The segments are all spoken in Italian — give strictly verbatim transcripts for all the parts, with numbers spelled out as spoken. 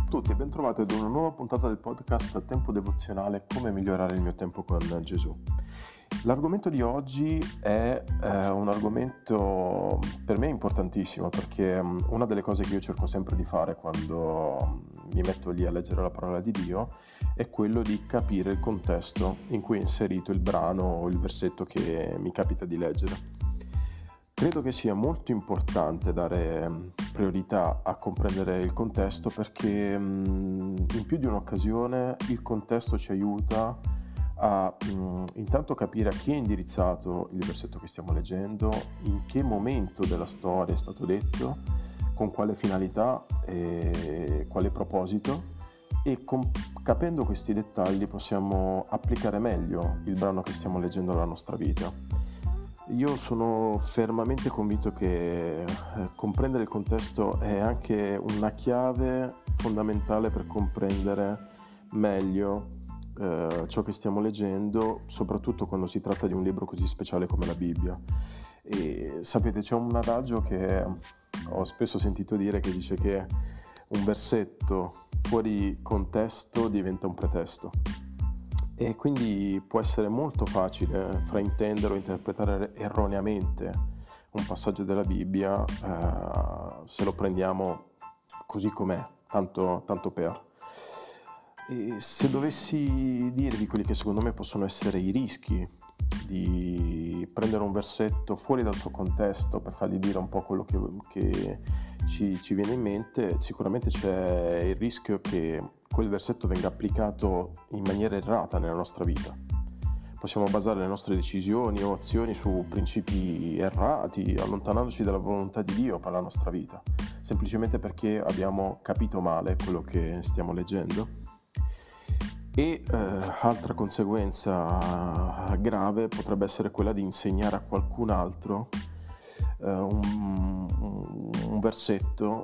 tutti e bentrovati ad una nuova puntata del podcast Tempo Devozionale, come migliorare il mio tempo con Gesù. L'argomento di oggi è eh, un argomento per me importantissimo perché um, una delle cose che io cerco sempre di fare quando um, mi metto lì a leggere la parola di Dio è quello di capire il contesto in cui è inserito il brano o il versetto che mi capita di leggere. Credo che sia molto importante dare priorità a comprendere il contesto perché mh, in più di un'occasione il contesto ci aiuta a mh, intanto capire a chi è indirizzato il versetto che stiamo leggendo, in che momento della storia è stato detto, con quale finalità e quale proposito, e com- capendo questi dettagli possiamo applicare meglio il brano che stiamo leggendo alla nostra vita. Io sono fermamente convinto che eh, comprendere il contesto è anche una chiave fondamentale per comprendere meglio eh, ciò che stiamo leggendo, soprattutto quando si tratta di un libro così speciale come la Bibbia. E sapete, c'è un adagio che ho spesso sentito dire che dice che un versetto fuori contesto diventa un pretesto. E quindi può essere molto facile fraintendere o interpretare erroneamente un passaggio della Bibbia eh, se lo prendiamo così com'è, tanto, tanto per. E se dovessi dirvi quelli che secondo me possono essere i rischi di prendere un versetto fuori dal suo contesto per fargli dire un po' quello che, che ci, ci viene in mente, sicuramente c'è il rischio che quel versetto venga applicato in maniera errata nella nostra vita. Possiamo basare le nostre decisioni o azioni su principi errati, allontanandoci dalla volontà di Dio per la nostra vita, semplicemente perché abbiamo capito male quello che stiamo leggendo. E eh, altra conseguenza grave potrebbe essere quella di insegnare a qualcun altro eh, un, un, un versetto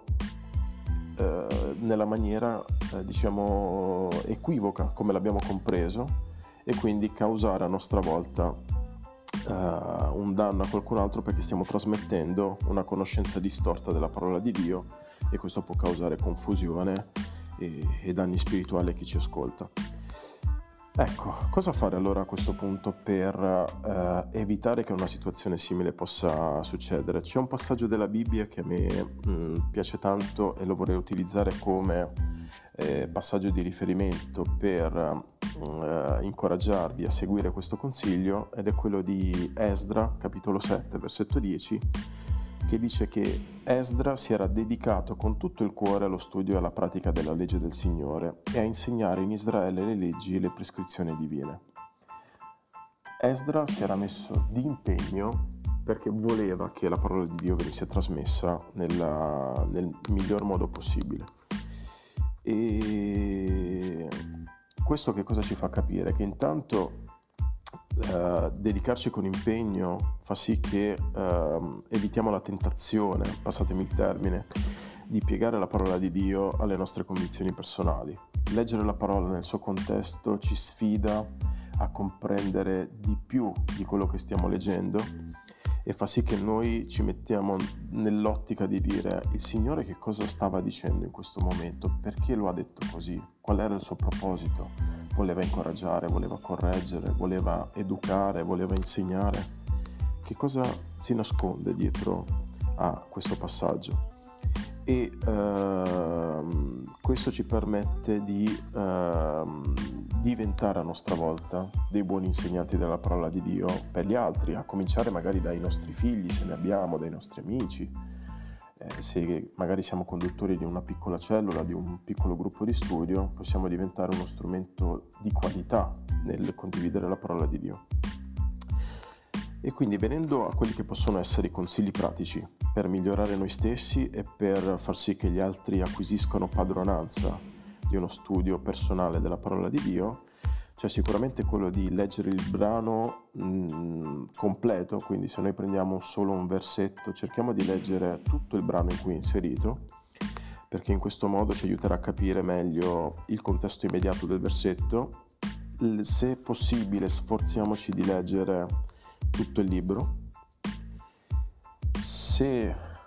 eh, nella maniera eh, diciamo equivoca come l'abbiamo compreso, e quindi causare a nostra volta eh, un danno a qualcun altro perché stiamo trasmettendo una conoscenza distorta della parola di Dio, e questo può causare confusione e, e danni spirituali a chi ci ascolta. Ecco, cosa fare allora a questo punto per eh, evitare che una situazione simile possa succedere? C'è un passaggio della Bibbia che a me mh, piace tanto e lo vorrei utilizzare come eh, passaggio di riferimento per eh, incoraggiarvi a seguire questo consiglio, ed è quello di Esdra, capitolo sette, versetto dieci, che dice che Esdra si era dedicato con tutto il cuore allo studio e alla pratica della legge del Signore e a insegnare in Israele le leggi e le prescrizioni divine. Esdra si era messo di impegno perché voleva che la parola di Dio venisse trasmessa nella, nel miglior modo possibile. E questo che cosa ci fa capire? Che intanto Uh, dedicarci con impegno fa sì che uh, evitiamo la tentazione, passatemi il termine, di piegare la parola di Dio alle nostre convinzioni personali. Leggere la parola nel suo contesto ci sfida a comprendere di più di quello che stiamo leggendo e fa sì che noi ci mettiamo nell'ottica di dire: il Signore che cosa stava dicendo in questo momento? Perché lo ha detto così? Qual era il suo proposito? Voleva incoraggiare, voleva correggere, voleva educare, voleva insegnare. Che cosa si nasconde dietro a questo passaggio? E ehm, questo ci permette di ehm, diventare a nostra volta dei buoni insegnanti della parola di Dio per gli altri, a cominciare magari dai nostri figli, se ne abbiamo, dai nostri amici. Eh, se magari siamo conduttori di una piccola cellula, di un piccolo gruppo di studio, possiamo diventare uno strumento di qualità nel condividere la parola di Dio. E quindi, venendo a quelli che possono essere i consigli pratici per migliorare noi stessi e per far sì che gli altri acquisiscano padronanza di uno studio personale della parola di Dio, c'è sicuramente quello di leggere il brano mh, completo. Quindi se noi prendiamo solo un versetto, cerchiamo di leggere tutto il brano in cui è inserito, perché in questo modo ci aiuterà a capire meglio il contesto immediato del versetto. Se possibile, sforziamoci di leggere tutto il libro. Se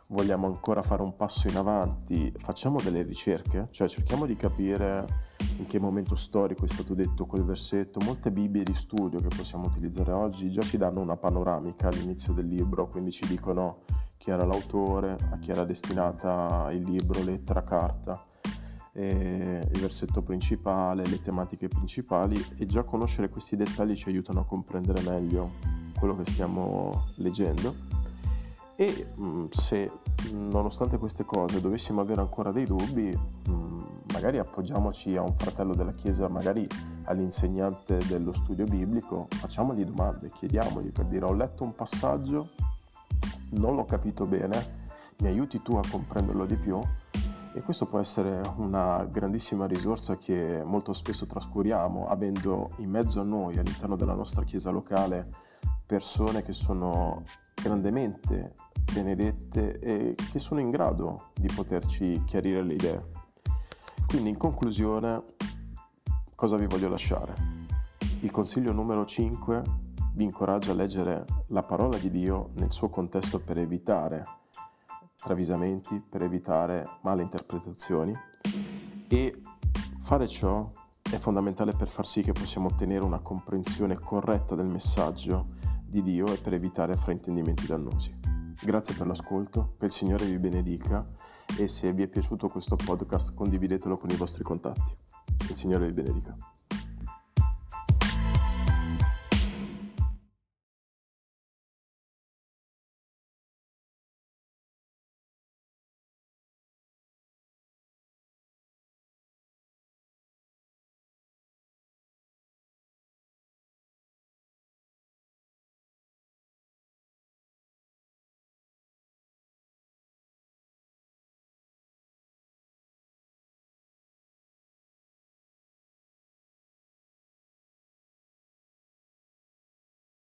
vogliamo ancora fare un passo in avanti, facciamo delle ricerche, cioè cerchiamo di capire in che momento storico è stato detto quel versetto. Molte Bibbie di studio che possiamo utilizzare oggi già ci danno una panoramica all'inizio del libro, quindi ci dicono chi era l'autore, a chi era destinata il libro, lettera, carta, e il versetto principale, le tematiche principali, e già conoscere questi dettagli ci aiutano a comprendere meglio quello che stiamo leggendo. E mh, se nonostante queste cose dovessimo avere ancora dei dubbi, mh, magari appoggiamoci a un fratello della Chiesa, magari all'insegnante dello studio biblico, facciamogli domande, chiediamogli per dire: ho letto un passaggio, non l'ho capito bene, mi aiuti tu a comprenderlo di più? E questo può essere una grandissima risorsa che molto spesso trascuriamo, avendo in mezzo a noi, all'interno della nostra chiesa locale, persone che sono grandemente benedette e che sono in grado di poterci chiarire le idee. Quindi, in conclusione, cosa vi voglio lasciare? Il consiglio numero cinque vi incoraggia a leggere la parola di Dio nel suo contesto per evitare travisamenti, per evitare male interpretazioni, e fare ciò è fondamentale per far sì che possiamo ottenere una comprensione corretta del messaggio di Dio e per evitare fraintendimenti dannosi. Grazie per l'ascolto, che il Signore vi benedica, e se vi è piaciuto questo podcast condividetelo con i vostri contatti. Il Signore vi benedica.